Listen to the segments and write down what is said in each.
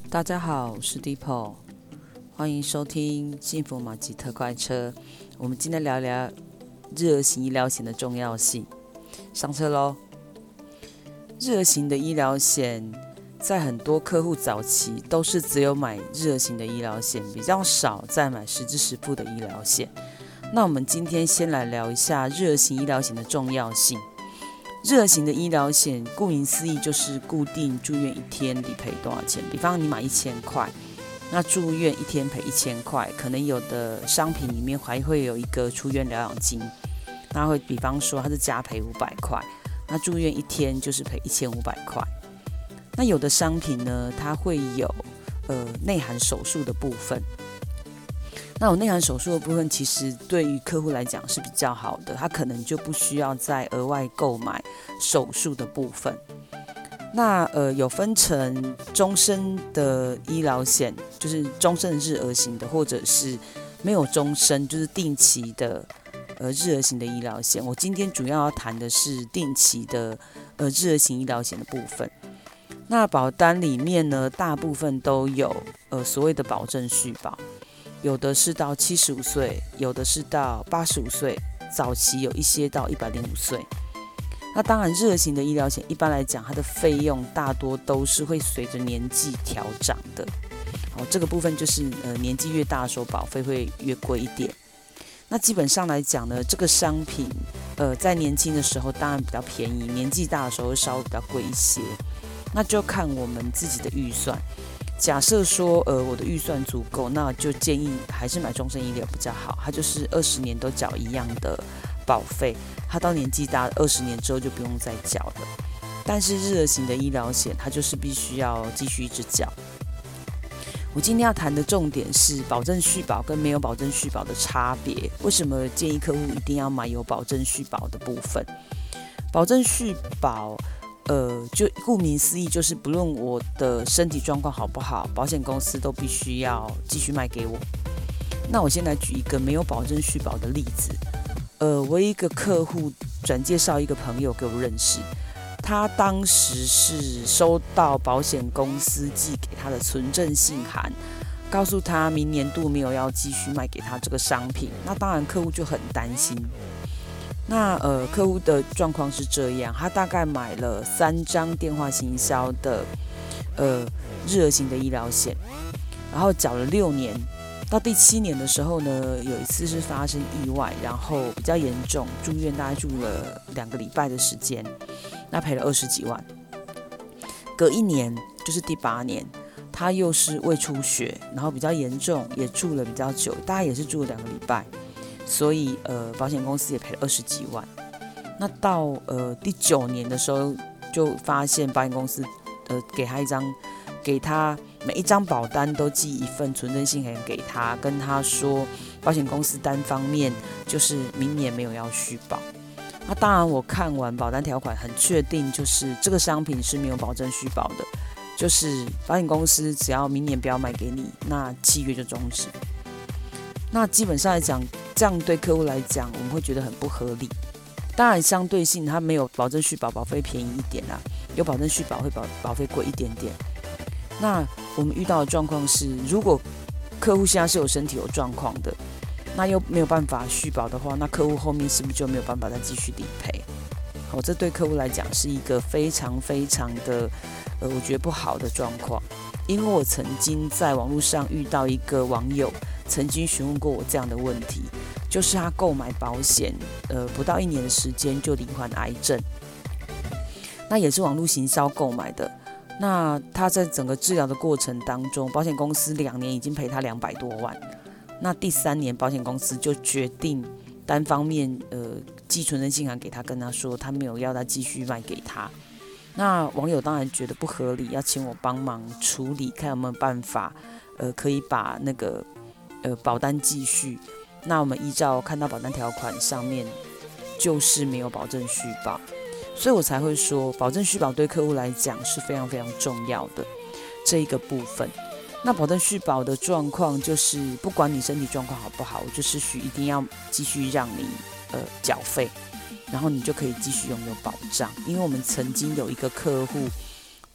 大家好，我是 Deepo， 欢迎收听幸福马吉特快车。我们今天聊聊日额型医疗险的重要性。上车喽！日额型的医疗险，在很多客户早期都是只有买日额型的医疗险，比较少再买实支实付的医疗险。那我们今天先来聊一下日额型医疗险的重要性。日额型的医疗险，顾名思义就是固定住院一天理赔多少钱。比方你买1000块，那住院一天赔1000块，可能有的商品里面还会有一个出院疗养金，那会比方说它是加赔500块，那住院一天就是赔1500块。那有的商品呢，它会有内含手术的部分。那有内含手术的部分，其实对于客户来讲是比较好的，他可能就不需要再额外购买手术的部分。那有分成终身的医疗险，就是终身日额型的，或者是没有终身，就是定期的日额型的医疗险。我今天主要要谈的是定期的日额型医疗险的部分。那保单里面呢，大部分都有所谓的保证续保。有的是到75岁，有的是到85岁，早期有一些到105岁。那当然，日额型的医疗险一般来讲，它的费用大多都是会随着年纪调涨的。好，这个部分就是年纪越大的时候，保费会越贵一点。那基本上来讲呢，这个商品在年轻的时候当然比较便宜，年纪大的时候会稍微比较贵一些。那就看我们自己的预算。假设说，我的预算足够，那就建议还是买终身医疗比较好。它就是20年都缴一样的保费，它到年纪大20年之后就不用再缴了。但是日额型的医疗险，它就是必须要继续一直缴。我今天要谈的重点是保证续保跟没有保证续保的差别。为什么建议客户一定要买有保证续保的部分？保证续保。就顾名思义，就是不论我的身体状况好不好，保险公司都必须要继续卖给我。那我先来举一个没有保证续保的例子。我一个客户转介绍一个朋友给我认识，他当时是收到保险公司寄给他的存证信函，告诉他明年度没有要继续卖给他这个商品。那当然客户就很担心。那客户的状况是这样，他大概买了3张电话行销的日额型的医疗险，然后缴了6年，到第7年的时候呢，有一次是发生意外，然后比较严重，住院大概住了2个礼拜的时间，那赔了20几万。隔1年就是第8年，他又是胃出血，然后比较严重，也住了比较久，大概也是住了2个礼拜。所以保险公司也赔了20几万。那到第9年的时候，就发现保险公司给他每一张保单都寄一份存证信函给他，跟他说保险公司单方面就是明年没有要续保。那当然我看完保单条款很确定，就是这个商品是没有保证续保的，就是保险公司只要明年不要卖给你，那契约就终止。那基本上来讲，这样对客户来讲，我们会觉得很不合理。当然，相对性它没有保证续保，保费便宜一点啦；有保证续保会保费贵一点点。那我们遇到的状况是，如果客户现在是有身体有状况的，那又没有办法续保的话，那客户后面是不是就没有办法再继续理赔？好，这对客户来讲是一个非常非常的我觉得不好的状况。因为我曾经在网络上遇到一个网友，曾经询问过我这样的问题，就是他购买保险，不到1年的时间就罹患癌症，那也是网络行销购买的。那他在整个治疗的过程当中，保险公司2年已经赔他200多万，那第3年保险公司就决定单方面寄存证信函给他，跟他说他没有要他继续卖给他。那网友当然觉得不合理，要请我帮忙处理，看有没有办法，可以把那个保单继续。那我们依照看到保单条款上面就是没有保证续保，所以我才会说保证续保对客户来讲是非常非常重要的这一个部分。那保证续保的状况就是不管你身体状况好不好，我就是一定要继续让你缴费，然后你就可以继续拥有保障。因为我们曾经有一个客户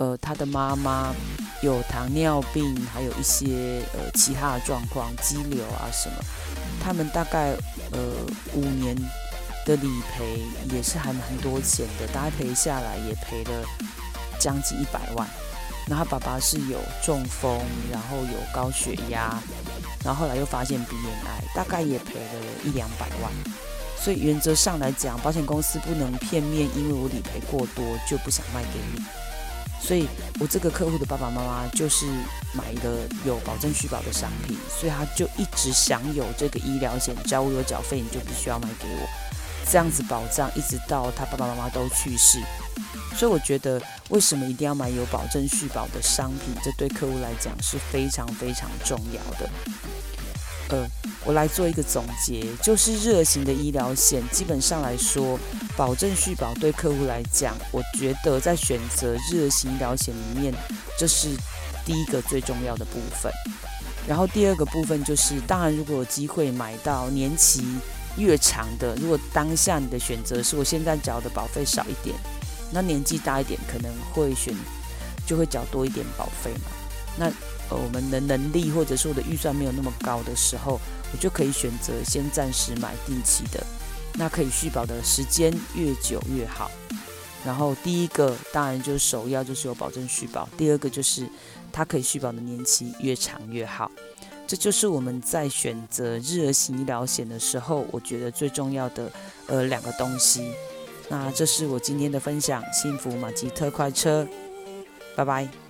他的妈妈有糖尿病，还有一些其他的状况，肌瘤啊什么，他们大概5年的理赔也是还蛮多钱的，大概赔下来也赔了将近100万。那他爸爸是有中风，然后有高血压，然后后来又发现鼻咽癌，大概也赔了100-200万。所以原则上来讲，保险公司不能片面因为我理赔过多就不想卖给你。所以我这个客户的爸爸妈妈就是买了有保证续保的商品，所以他就一直享有这个医疗险，只要我有缴费，你就必须要卖给我，这样子保障一直到他爸爸妈妈都去世。所以我觉得为什么一定要买有保证续保的商品，这对客户来讲是非常非常重要的。我来做一个总结，就是热型的医疗险基本上来说，保证续保对客户来讲，我觉得在选择热型医疗险里面，这是第一个最重要的部分。然后第二个部分就是，当然如果有机会买到年期越长的，如果当下你的选择是我现在缴的保费少一点，那年纪大一点可能就会缴多一点保费嘛。那我们的能力或者是我的预算没有那么高的时候，我就可以选择先暂时买定期的，那可以续保的时间越久越好。然后第一个当然就是首要就是有保证续保，第二个就是它可以续保的年期越长越好。这就是我们在选择热型医疗险的时候，我觉得最重要的2个东西。那这是我今天的分享，幸福马吉特快车，拜拜。